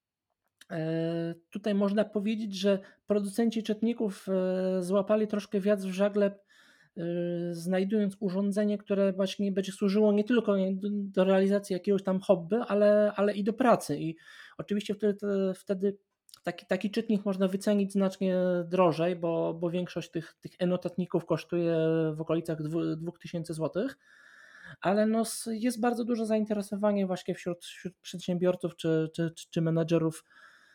tutaj można powiedzieć, że producenci czytników złapali troszkę wiatr w żagle, znajdując urządzenie, które właśnie będzie służyło nie tylko do realizacji jakiegoś tam hobby, ale i do pracy. I oczywiście wtedy taki czytnik można wycenić znacznie drożej, bo większość tych e-notatników kosztuje w okolicach 2000 zł. Ale no, jest bardzo duże zainteresowanie właśnie wśród przedsiębiorców czy menadżerów.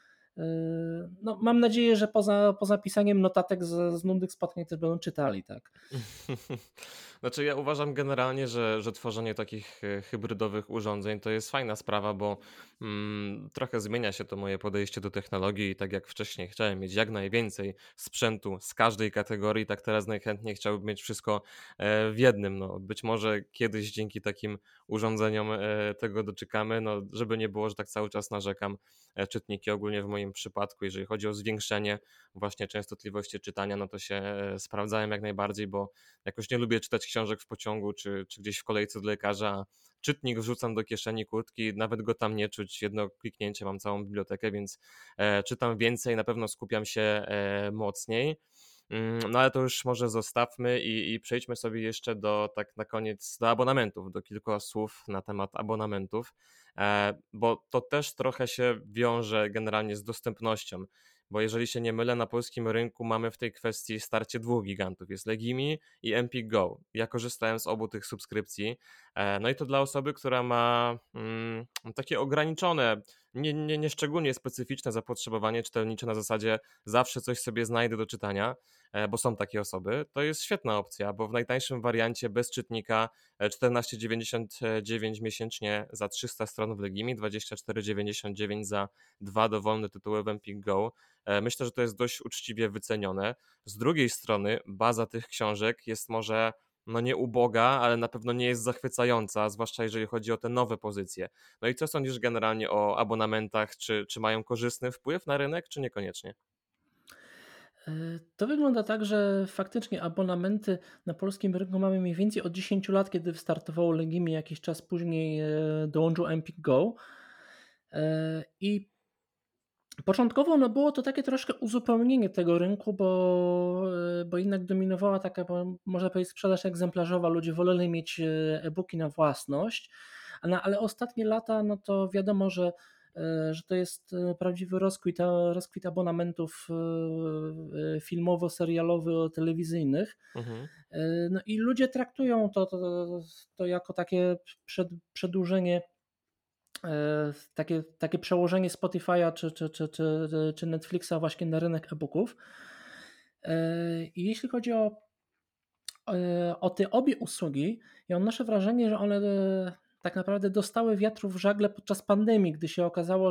No, mam nadzieję, że poza pisaniem notatek z nudnych spotkań też będą czytali, tak. Znaczy, ja uważam generalnie, że tworzenie takich hybrydowych urządzeń to jest fajna sprawa, bo trochę zmienia się to moje podejście do technologii i tak jak wcześniej chciałem mieć jak najwięcej sprzętu z każdej kategorii, tak teraz najchętniej chciałbym mieć wszystko w jednym. No, być może kiedyś dzięki takim urządzeniom tego doczekamy, no, żeby nie było, że tak cały czas narzekam. Czytniki ogólnie w moim przypadku, jeżeli chodzi o zwiększenie właśnie częstotliwości czytania, no to się sprawdzają jak najbardziej, bo jakoś nie lubię czytać książek w pociągu czy gdzieś w kolejce do lekarza. Czytnik wrzucam do kieszeni kurtki, nawet go tam nie czuć. Jedno kliknięcie, mam całą bibliotekę, więc czytam więcej, na pewno skupiam się mocniej. No ale to już może zostawmy i przejdźmy sobie jeszcze tak na koniec do abonamentów, do kilku słów na temat abonamentów, bo to też trochę się wiąże generalnie z dostępnością, bo jeżeli się nie mylę, na polskim rynku mamy w tej kwestii starcie dwóch gigantów. Jest Legimi i Empik Go. Ja korzystałem z obu tych subskrypcji, no i to dla osoby, która ma takie ograniczone, nie szczególnie specyficzne zapotrzebowanie czytelnicze na zasadzie zawsze coś sobie znajdę do czytania, bo są takie osoby, to jest świetna opcja, bo w najtańszym wariancie bez czytnika 14,99 miesięcznie za 300 stron w Legimi, 24,99 za dwa dowolne tytuły w Empik Go. Myślę, że to jest dość uczciwie wycenione. Z drugiej strony baza tych książek jest może no nie uboga, ale na pewno nie jest zachwycająca, zwłaszcza jeżeli chodzi o te nowe pozycje. No i co sądzisz generalnie o abonamentach? Czy mają korzystny wpływ na rynek, czy niekoniecznie? To wygląda tak, że faktycznie abonamenty na polskim rynku mamy mniej więcej od 10 lat, kiedy wystartowało Legimi, jakiś czas później dołączył Empik Go. I początkowo no było to takie troszkę uzupełnienie tego rynku, bo jednak dominowała taka, można powiedzieć, sprzedaż egzemplarzowa. Ludzie woleli mieć e-booki na własność, ale ostatnie lata, no to wiadomo, że to jest prawdziwy rozkwit abonamentów filmowo-serialowo-telewizyjnych. Mhm. No i ludzie traktują to jako takie przedłużenie, takie przełożenie Spotify'a czy Netflixa właśnie na rynek e-booków. I jeśli chodzi o te obie usługi, ja odnoszę wrażenie, że one tak naprawdę dostały wiatru w żagle podczas pandemii, gdy się okazało,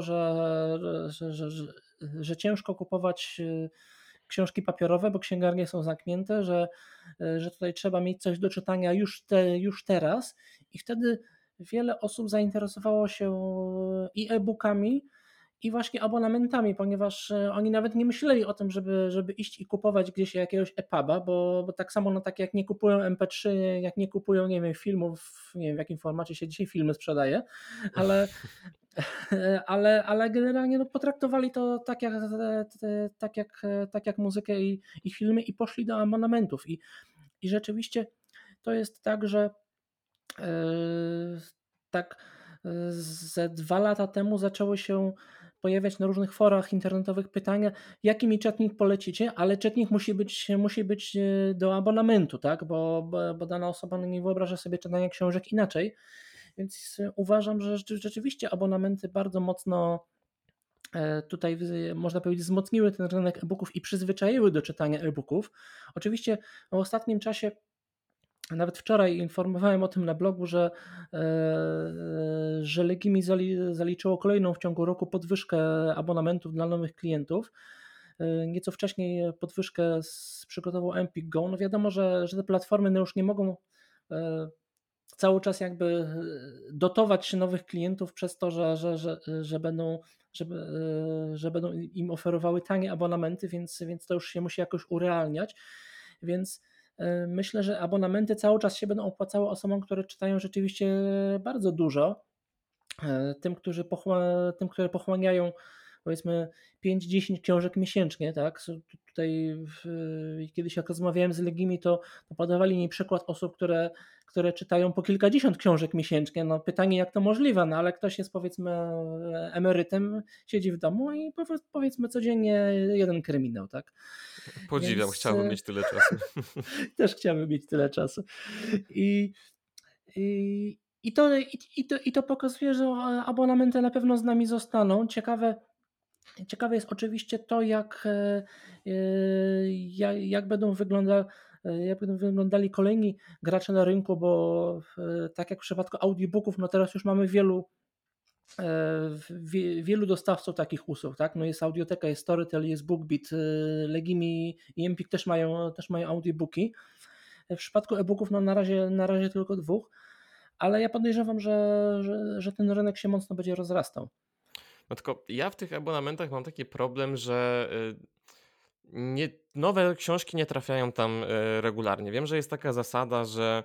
że ciężko kupować książki papierowe, bo księgarnie są zamknięte, że tutaj trzeba mieć coś do czytania już teraz i wtedy wiele osób zainteresowało się i e-bookami, i właśnie abonamentami, ponieważ oni nawet nie myśleli o tym, żeby iść i kupować gdzieś jakiegoś EPUBa, bo tak samo no, tak jak nie kupują MP3, jak nie kupują, nie wiem, filmów, nie wiem w jakim formacie się dzisiaj filmy sprzedaje, ale, ale generalnie no, potraktowali to tak jak muzykę i filmy i poszli do abonamentów. I rzeczywiście to jest tak, że Yy, tak ze 2 lata temu zaczęły się pojawiać na różnych forach internetowych pytania, jaki mi czytnik polecicie, ale czytnik musi być do abonamentu, tak, bo dana osoba no nie wyobraża sobie czytania książek inaczej. Więc uważam, że rzeczywiście abonamenty bardzo mocno, tutaj można powiedzieć wzmocniły ten rynek e-booków i przyzwyczaiły do czytania e-booków. Oczywiście w ostatnim czasie nawet wczoraj informowałem o tym na blogu, że Legimi zaliczyło kolejną w ciągu roku podwyżkę abonamentów dla nowych klientów. Nieco wcześniej podwyżkę przygotował Empik Go. No wiadomo, że te platformy no już nie mogą e, cały czas jakby dotować nowych klientów przez to, że będą im oferowały tanie abonamenty, więc to już się musi jakoś urealniać. Więc myślę, że abonamenty cały czas się będą opłacały osobom, które czytają rzeczywiście bardzo dużo. Tym, które pochłaniają powiedzmy 5-10 książek miesięcznie, tak? Tutaj kiedyś jak rozmawiałem z Legimi, to podawali mi przykład osób, które czytają po kilkadziesiąt książek miesięcznie. No pytanie, jak to możliwe, no ale ktoś jest powiedzmy emerytem, siedzi w domu i powiedzmy codziennie jeden kryminał, tak? Podziwiam, Więc chciałbym mieć tyle czasu. też chciałbym mieć tyle czasu. I, i to pokazuje, że abonamenty na pewno z nami zostaną. Ciekawe jest oczywiście to, jak będą wyglądali kolejni gracze na rynku, bo tak jak w przypadku audiobooków, no teraz już mamy wielu dostawców takich usług, tak? No jest Audioteka, jest Storytel, jest BookBeat, Legimi i Empik też mają audiobooki. W przypadku e-booków no na razie tylko dwóch, ale ja podejrzewam, że ten rynek się mocno będzie rozrastał. No tylko ja w tych abonamentach mam taki problem, że nowe książki nie trafiają tam regularnie. Wiem, że jest taka zasada, że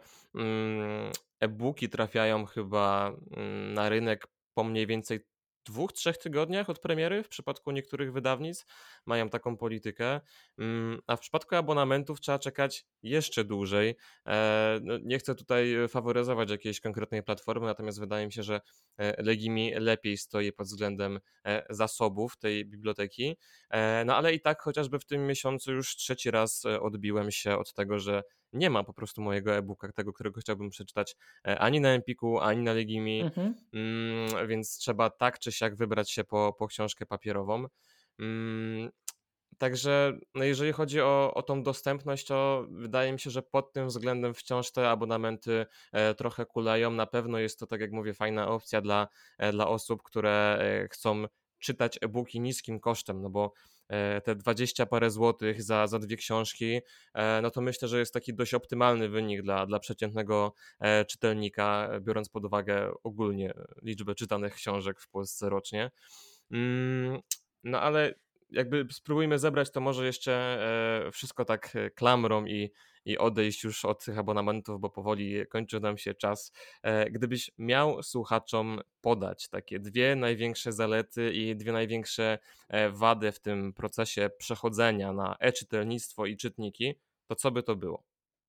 e-booki trafiają chyba na rynek po mniej więcej 2-3 tygodniach od premiery. W przypadku niektórych wydawnictw mają taką politykę, a w przypadku abonamentów trzeba czekać jeszcze dłużej. No, nie chcę tutaj faworyzować jakiejś konkretnej platformy, natomiast wydaje mi się, że Legimi lepiej stoi pod względem zasobów tej biblioteki. No ale i tak chociażby w tym miesiącu już trzeci raz odbiłem się od tego, że nie ma po prostu mojego e-booka, tego, którego chciałbym przeczytać ani na Empiku, ani na Legimi, Mhm. więc trzeba tak czy siak wybrać się po książkę papierową. Mm, Także no jeżeli chodzi o tą dostępność, to wydaje mi się, że pod tym względem wciąż te abonamenty trochę kuleją. Na pewno jest to, tak jak mówię, fajna opcja dla osób, które chcą czytać e-booki niskim kosztem, no bo te 20 parę złotych za dwie książki, no to myślę, że jest taki dość optymalny wynik dla przeciętnego czytelnika, biorąc pod uwagę ogólnie liczbę czytanych książek w Polsce rocznie. Mm, No ale jakby spróbujmy zebrać to może jeszcze wszystko tak klamrą i odejść już od tych abonamentów, bo powoli kończy nam się czas. Gdybyś miał słuchaczom podać takie dwie największe zalety i dwie największe wady w tym procesie przechodzenia na e-czytelnictwo i czytniki, to co by to było?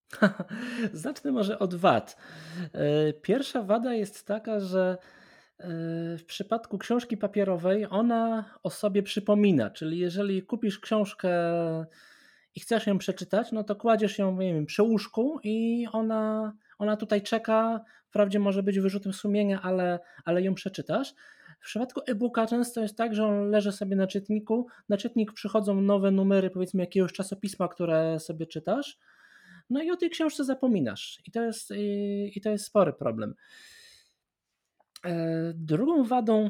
Zacznę może od wad. Pierwsza wada jest taka, że w przypadku książki papierowej ona o sobie przypomina, czyli jeżeli kupisz książkę i chcesz ją przeczytać, no to kładziesz ją, nie wiem, przy łóżku i ona tutaj czeka. Wprawdzie może być wyrzutem sumienia, ale ją przeczytasz. W przypadku e-booka często jest tak, że on leży sobie na czytniku. Na czytnik przychodzą nowe numery, powiedzmy, jakiegoś czasopisma, które sobie czytasz. No i o tej książce zapominasz. I to jest spory problem. Drugą wadą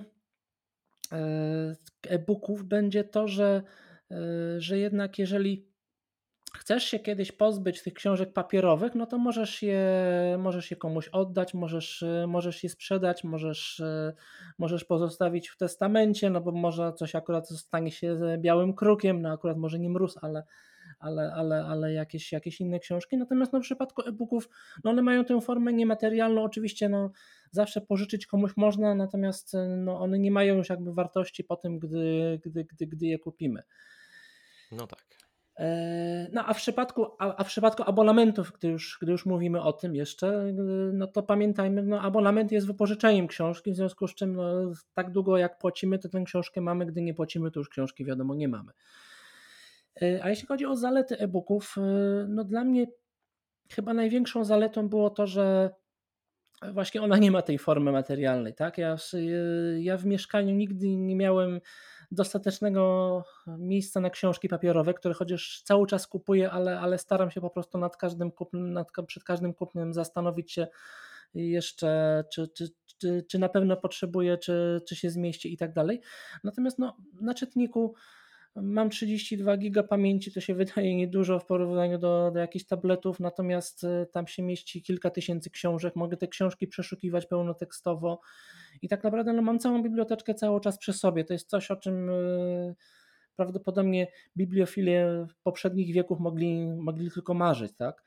e-booków będzie to, że jednak jeżeli chcesz się kiedyś pozbyć tych książek papierowych, no to możesz je komuś oddać, możesz je sprzedać, możesz pozostawić w testamencie, no bo może coś akurat stanie się z białym krukiem, no akurat może nie mróz, ale jakieś inne książki. Natomiast no, w przypadku e-booków, no one mają tę formę niematerialną. Oczywiście no, zawsze pożyczyć komuś można, natomiast no, one nie mają już jakby wartości po tym, gdy je kupimy. No tak. No a w przypadku abonamentów, gdy już mówimy o tym jeszcze, no to pamiętajmy, no abonament jest wypożyczeniem książki, w związku z czym no, tak długo jak płacimy, to tę książkę mamy, gdy nie płacimy, to już książki wiadomo nie mamy. A jeśli chodzi o zalety e-booków, no dla mnie chyba największą zaletą było to, że właśnie ona nie ma tej formy materialnej, tak? Ja w mieszkaniu nigdy nie miałem dostatecznego miejsca na książki papierowe, które chociaż cały czas kupuję, ale staram się po prostu przed każdym kupnem zastanowić się jeszcze, czy na pewno potrzebuję, czy się zmieści i tak dalej. Natomiast no, na czytniku mam 32 giga pamięci, to się wydaje niedużo w porównaniu do jakichś tabletów, natomiast tam się mieści kilka tysięcy książek, mogę te książki przeszukiwać pełnotekstowo i tak naprawdę no, mam całą biblioteczkę cały czas przy sobie. To jest coś, o czym prawdopodobnie bibliofile poprzednich wieków mogli tylko marzyć, tak?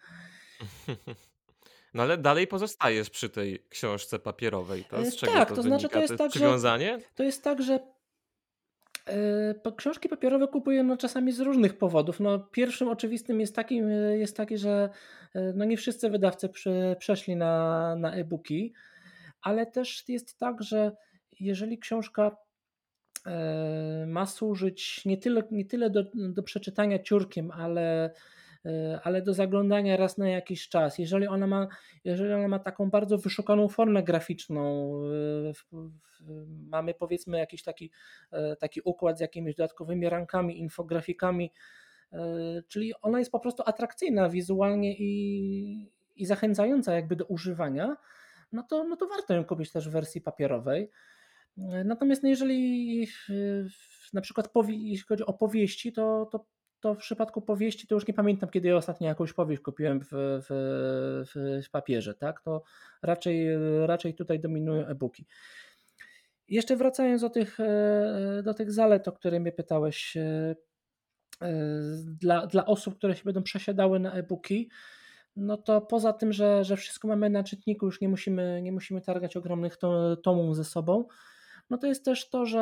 No ale dalej pozostajesz przy tej książce papierowej. To z czego Tak, to to znaczy wynika? To jest przywiązanie? to jest tak, że książki papierowe kupuję no, czasami z różnych powodów. No, pierwszym oczywistym jest taki, że no, nie wszyscy wydawcy przeszli na e-booki, ale też jest tak, że jeżeli książka ma służyć nie tyle do przeczytania ciurkiem, ale do zaglądania raz na jakiś czas. Jeżeli ona ma taką bardzo wyszukaną formę graficzną, mamy powiedzmy jakiś taki układ z jakimiś dodatkowymi rankami, infografikami, czyli ona jest po prostu atrakcyjna wizualnie i zachęcająca jakby do używania, no to warto ją kupić też w wersji papierowej. Natomiast no jeżeli na przykład jeśli chodzi o powieści, to w przypadku powieści to już nie pamiętam, kiedy ja ostatnio jakąś powieść kupiłem w papierze, tak? To raczej tutaj dominują e-booki. Jeszcze wracając do tych zalet, o które mnie pytałeś, dla osób, które się będą przesiadały na e-booki, no to poza tym, że wszystko mamy na czytniku, już nie musimy targać ogromnych tomów ze sobą, no to jest też to,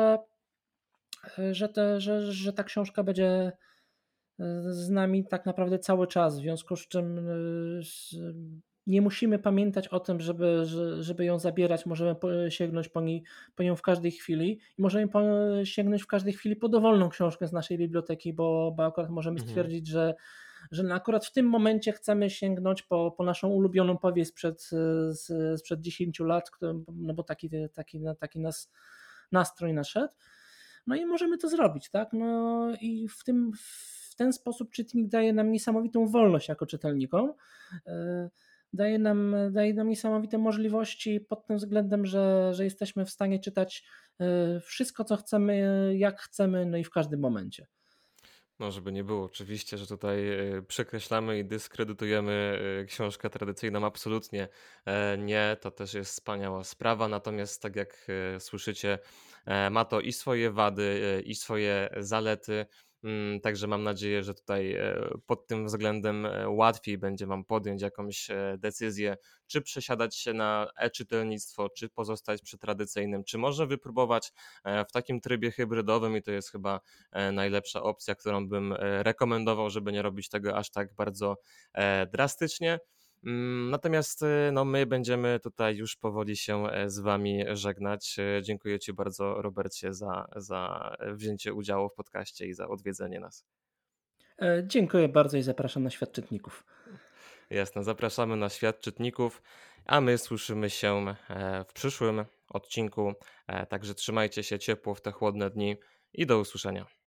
że ta książka będzie z nami tak naprawdę cały czas, w związku z czym nie musimy pamiętać o tym, żeby ją zabierać, możemy sięgnąć po nią w każdej chwili i możemy sięgnąć w każdej chwili po dowolną książkę z naszej biblioteki, bo akurat możemy Mhm. stwierdzić, że no akurat w tym momencie chcemy sięgnąć po naszą ulubioną powieść sprzed 10 lat, no bo taki nas nastrój naszedł. No i możemy to zrobić, tak? No i w ten sposób czytnik daje nam niesamowitą wolność jako czytelnikom. E, daje nam niesamowite możliwości pod tym względem, że jesteśmy w stanie czytać wszystko, co chcemy, jak chcemy, no i w każdym momencie. No, żeby nie było oczywiście, że tutaj przekreślamy i dyskredytujemy książkę tradycyjną. Absolutnie nie. To też jest wspaniała sprawa. Natomiast tak jak słyszycie, ma to i swoje wady, i swoje zalety. Także mam nadzieję, że tutaj pod tym względem łatwiej będzie Wam podjąć jakąś decyzję, czy przesiadać się na e-czytelnictwo, czy pozostać przy tradycyjnym, czy może wypróbować w takim trybie hybrydowym i to jest chyba najlepsza opcja, którą bym rekomendował, żeby nie robić tego aż tak bardzo drastycznie. Natomiast no, my będziemy tutaj już powoli się z Wami żegnać. Dziękuję Ci bardzo, Robercie, za wzięcie udziału w podcaście i za odwiedzenie nas. Dziękuję bardzo i zapraszam na świat czytników. Jasne, zapraszamy na świat czytników, a my słyszymy się w przyszłym odcinku. Także trzymajcie się ciepło w te chłodne dni i do usłyszenia.